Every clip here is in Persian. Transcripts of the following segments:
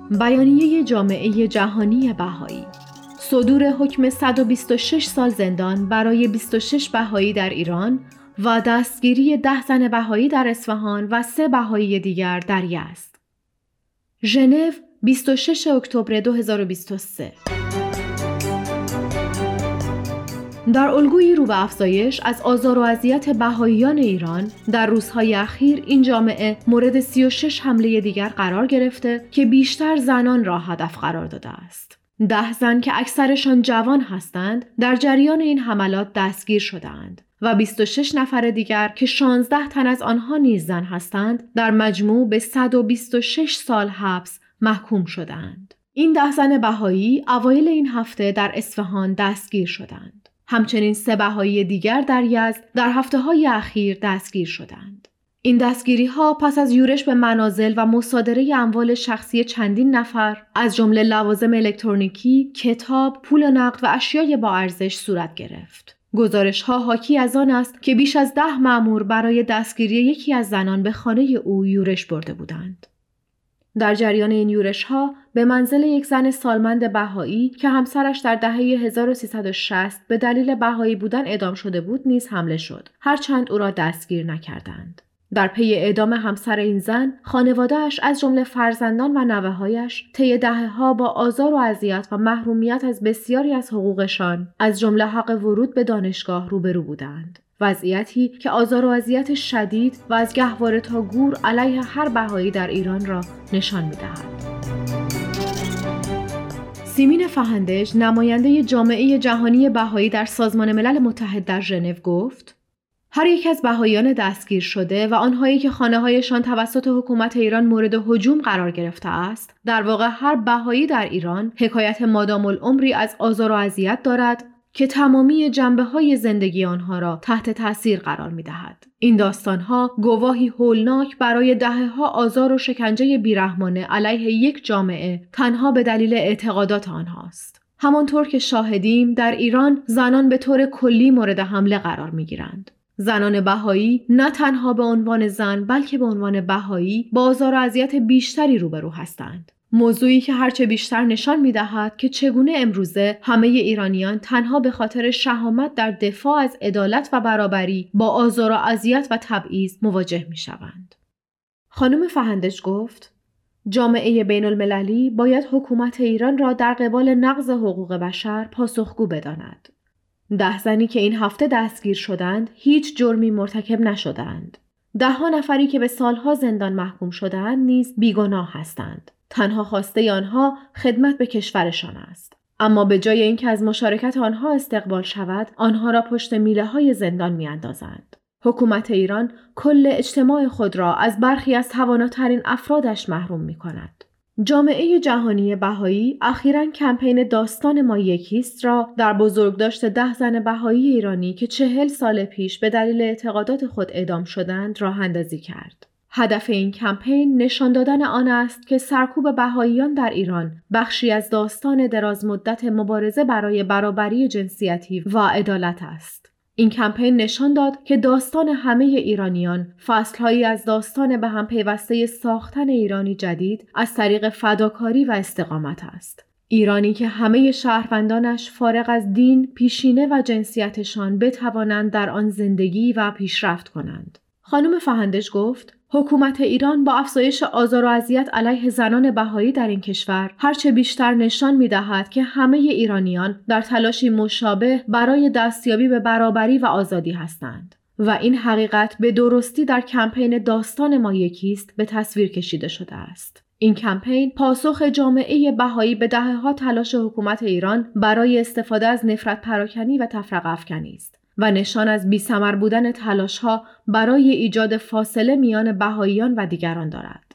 بیانیه جامعه جهانی بهایی. صدور حکم 126 سال زندان برای 26 بهایی در ایران و دستگیری 10 زن بهایی در اصفهان و 3 بهایی دیگر در یزد. ژنو 26 اکتبر 2023. در الگویی رو به افزایش از آزار و اذیت بهاییان ایران در روزهای اخیر این جامعه مورد 36 حمله دیگر قرار گرفته که بیشتر زنان را هدف قرار داده است. 10 زن که اکثرشان جوان هستند در جریان این حملات دستگیر شدند و 26 نفر دیگر که 16 تن از آنها نیز زن هستند در مجموع به 126 سال حبس محکوم شدند. این 10 زن بهایی اوایل این هفته در اصفهان دستگیر شدند. همچنین 3 بهایی دیگر در یزد در هفته‌های اخیر دستگیر شدند. این دستگیری‌ها پس از یورش به منازل و مصادره اموال شخصی چندین نفر از جمله لوازم الکترونیکی، کتاب، پول نقد و اشیای با ارزش صورت گرفت. گزارش‌ها حاکی از آن است که بیش از 10 مأمور برای دستگیری یکی از زنان به خانه او یورش برده بودند. در جریان این یورش‌ها به منزل یک زن سالمند بهایی که همسرش در دهه 1360 به دلیل بهایی بودن اعدام شده بود نیز حمله شد، هرچند او را دستگیر نکردند. در پی اعدام همسر این زن، خانواده‌اش از جمله فرزندان و نوه‌هایش طی دهه‌ها با آزار و اذیت و محرومیت از بسیاری از حقوقشان، از جمله حق ورود به دانشگاه روبرو بودند. وضعیتی که آزار و اذیت شدید و از گهواره تا گور علیه هر بهایی در ایران را نشان می‌دهد. سیمین فهندج، نماینده جامعه جهانی بهایی در سازمان ملل متحد در ژنو گفت: هر یک از بهاییان دستگیر شده و آنهایی که خانه‌هایشان توسط حکومت ایران مورد هجوم قرار گرفته است، در واقع هر بهایی در ایران حکایت مادام العمری از آزار و اذیت دارد که تمامی جنبه‌های زندگی آنها را تحت تأثیر قرار می‌دهد. این داستان‌ها گواهی هولناک برای دهه‌ها آزار و شکنجه بیرحمانه علیه یک جامعه تنها به دلیل اعتقادات آنهاست. همانطور که شاهدیم در ایران زنان به طور کلی مورد حمله قرار می‌گیرند. زنان بهایی نه تنها به عنوان زن بلکه به عنوان بهایی با آزار و اذیت بیشتری روبرو هستند. موضوعی که هرچه بیشتر نشان می‌دهد که چگونه امروزه همه ایرانیان تنها به خاطر شهامت در دفاع از عدالت و برابری با آزار و اذیت و تبعیض مواجه می‌شوند. خانم فهندج گفت: جامعه بین‌المللی باید حکومت ایران را در قبال نقض حقوق بشر پاسخگو بداند. 10 زنی که این هفته دستگیر شدند هیچ جرمی مرتکب نشدند. 10 نفری که به سالها زندان محکوم شدند نیز بیگناه هستند. تنها خواسته آنها خدمت به کشورشان است. اما به جای اینکه از مشارکت آنها استقبال شود، آنها را پشت میله‌های زندان می‌اندازند. حکومت ایران کل اجتماع خود را از برخی از تواناترین افرادش محروم می‌کند. جامعه جهانی بهایی اخیراً کمپین داستان ما یکیست را در بزرگداشت 10 زن بهایی ایرانی که 40 سال پیش به دلیل اعتقادات خود اعدام شدند راه اندازی کرد. هدف این کمپین نشان دادن آن است که سرکوب بهاییان در ایران بخشی از داستان دراز مدت مبارزه برای برابری جنسیتی و عدالت است. این کمپین نشان داد که داستان همه ایرانیان فصل‌هایی از داستان به هم پیوسته ساختن ایرانی جدید از طریق فداکاری و استقامت است. ایرانی که همه شهروندانش فارغ از دین، پیشینه و جنسیتشان بتوانند در آن زندگی و پیشرفت کنند. خانم فهندج گفت: حکومت ایران با افزایش آزار و اذیت علیه زنان بهایی در این کشور هرچه بیشتر نشان می‌دهد که همه ایرانیان در تلاشی مشابه برای دستیابی به برابری و آزادی هستند و این حقیقت به درستی در کمپین داستان ما یکیست به تصویر کشیده شده است. این کمپین پاسخ جامعه بهایی به دهه‌ها تلاش حکومت ایران برای استفاده از نفرت پراکنی و تفرقه افکنی است و نشان از بی‌ثمر بودن تلاش‌ها برای ایجاد فاصله میان بهاییان و دیگران دارد.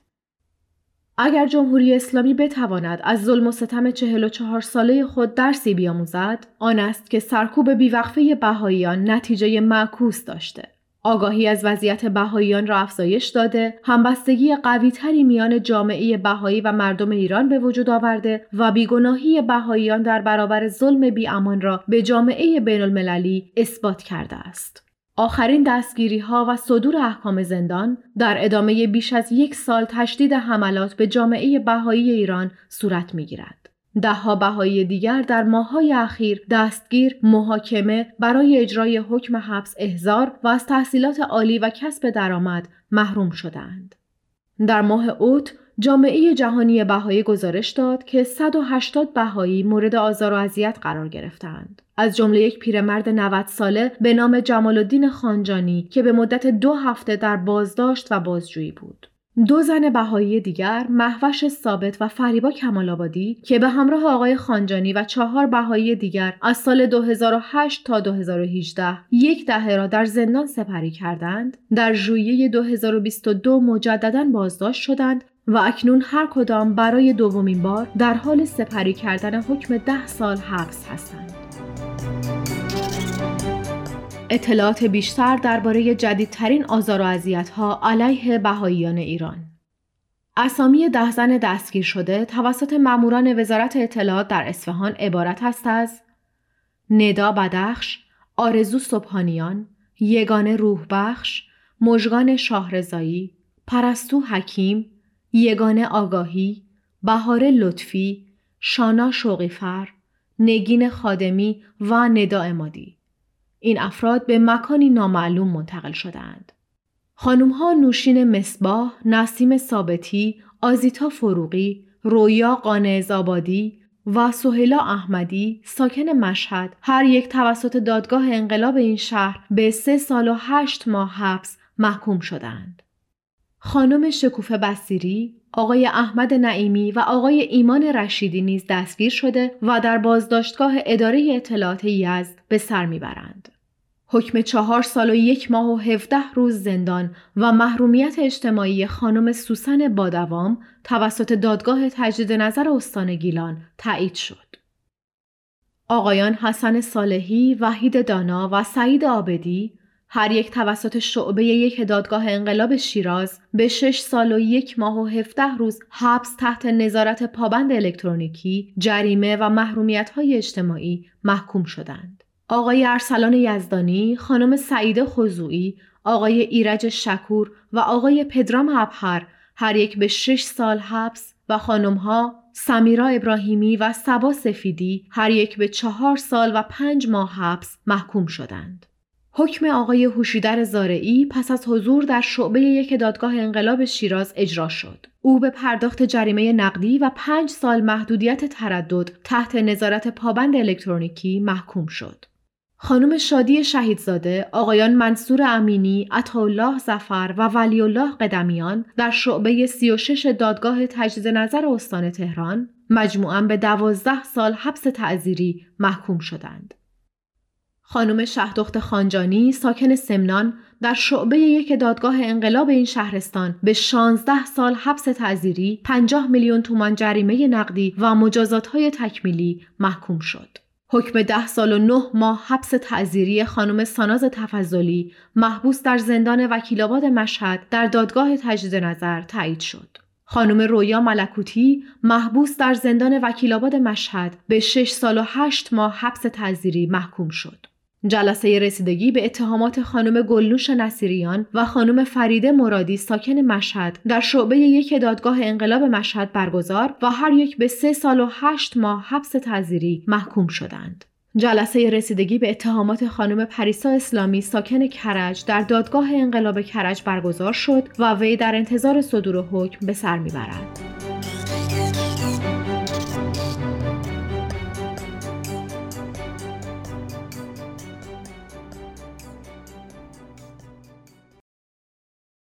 اگر جمهوری اسلامی بتواند از ظلم و ستم 44 ساله خود درسی بیاموزد، آن است که سرکوب بیوقفه بهاییان نتیجه معکوس داشته. آگاهی از وضعیت بهاییان را افزایش داده، همبستگی قوی‌تری میان جامعه بهایی و مردم ایران به وجود آورده و بیگناهی بهاییان در برابر ظلم بی‌امان را به جامعه بین‌المللی اثبات کرده است. آخرین دستگیری‌ها و صدور احکام زندان در ادامه بیش از 1 سال تشدید حملات به جامعه بهایی ایران صورت می‌گیرد. ده‌ها بهایی دیگر در ماه‌های اخیر دستگیر، محاکمه، برای اجرای حکم حبس احضار و از تحصیلات عالی و کسب درآمد محروم شدند. در ماه اوت جامعه جهانی بهایی گزارش داد که 180 بهایی مورد آزار و اذیت قرار گرفتند. از جمله یک پیرمرد 90 ساله به نام جمال الدین خانجانی که به مدت 2 هفته در بازداشت و بازجویی بود. 2 زن بهایی دیگر، مهوش ثابت و فریبا کمال‌آبادی که به همراه آقای خانجانی و 4 بهایی دیگر از سال 2008 تا 2018 1 دهه را در زندان سپری کردند، در ژوئیه 2022 مجدداً بازداشت شدند و اکنون هر کدام برای دومین بار در حال سپری کردن حکم 10 سال حبس هستند. اطلاعات بیشتر درباره جدیدترین آزار و اذیت‌ها علیه بهائیان ایران. اسامی 10 زن دستگیر شده توسط ماموران وزارت اطلاعات در اصفهان عبارت است از ندا بدخش، آرزو سبحانیان، یگانه روحبخش، مژگان شاهرضایی، پرستو حکیم، یگانه آگاهی، بهاره لطفی، شانا شوقیفر، نگین خادمی و ندا عمادی. این افراد به مکانی نامعلوم منتقل شدند. خانم‌ها نوشین مصباح، نسیم ثابتی، آزیتا فروغی، رویا قانع‌زآبادی و سهیلا احمدی ساکن مشهد هر یک توسط دادگاه انقلاب این شهر به 3 سال و 8 ماه حبس محکوم شدند. خانم شکوفه بصیری، آقای احمد نعیمی و آقای ایمان رشیدی نیز دستگیر شده و در بازداشتگاه اداره اطلاعات یزد به سر میبرند. حکم 4 سال و 1 ماه و 17 روز زندان و محرومیت اجتماعی خانم سوسن بادوام توسط دادگاه تجدید نظر استان گیلان تایید شد. آقایان حسن صالحی، وحید دانا و سعید عابدی هر یک توسط شعبه 1 دادگاه انقلاب شیراز به 6 سال و 1 ماه و 17 روز حبس تحت نظارت پابند الکترونیکی، جریمه و محرومیت‌های اجتماعی محکوم شدند. آقای ارسلان یزدانی، خانم سعیده خضوعی، آقای ایرج شکور و آقای پدرام ابهر هر یک به 6 سال حبس و خانم‌ها سمیرا ابراهیمی و صبا سفیدی هر یک به 4 سال و 5 ماه حبس محکوم شدند. حکم آقای هوشیدر زارعی پس از حضور در شعبه 1 دادگاه انقلاب شیراز اجرا شد. او به پرداخت جریمه نقدی و 5 سال محدودیت تردد تحت نظارت پابند الکترونیکی محکوم شد. خانم شادی شهیدزاده، آقایان منصور امینی، عطاالله ظفر و ولی الله قدمیان در شعبه 36 دادگاه تجدید نظر استان تهران مجموعاً به 12 سال حبس تعزیری محکوم شدند. خانم شهدخت خانجانی ساکن سمنان در شعبه 1 دادگاه انقلاب این شهرستان به 16 سال حبس تعزیری، 50 میلیون تومان جریمه نقدی و مجازات‌های تکمیلی محکوم شد. حکم 10 سال و 9 ماه حبس تعزیری خانم ساناز تفضلی محبوس در زندان وکیل‌آباد مشهد در دادگاه تجدید نظر تایید شد. خانم رویا ملکوتی محبوس در زندان وکیل‌آباد مشهد به 6 سال و 8 ماه حبس تعزیری محکوم شد. جلسه رسیدگی به اتهامات خانم گلنوش نصیریان و خانم فریده مرادی ساکن مشهد در شعبه 1 دادگاه انقلاب مشهد برگزار و هر یک به 3 سال و 8 ماه حبس تعزیری محکوم شدند. جلسه رسیدگی به اتهامات خانم پریسا اسلامی ساکن کرج در دادگاه انقلاب کرج برگزار شد و وی در انتظار صدور حکم به سر میبرد.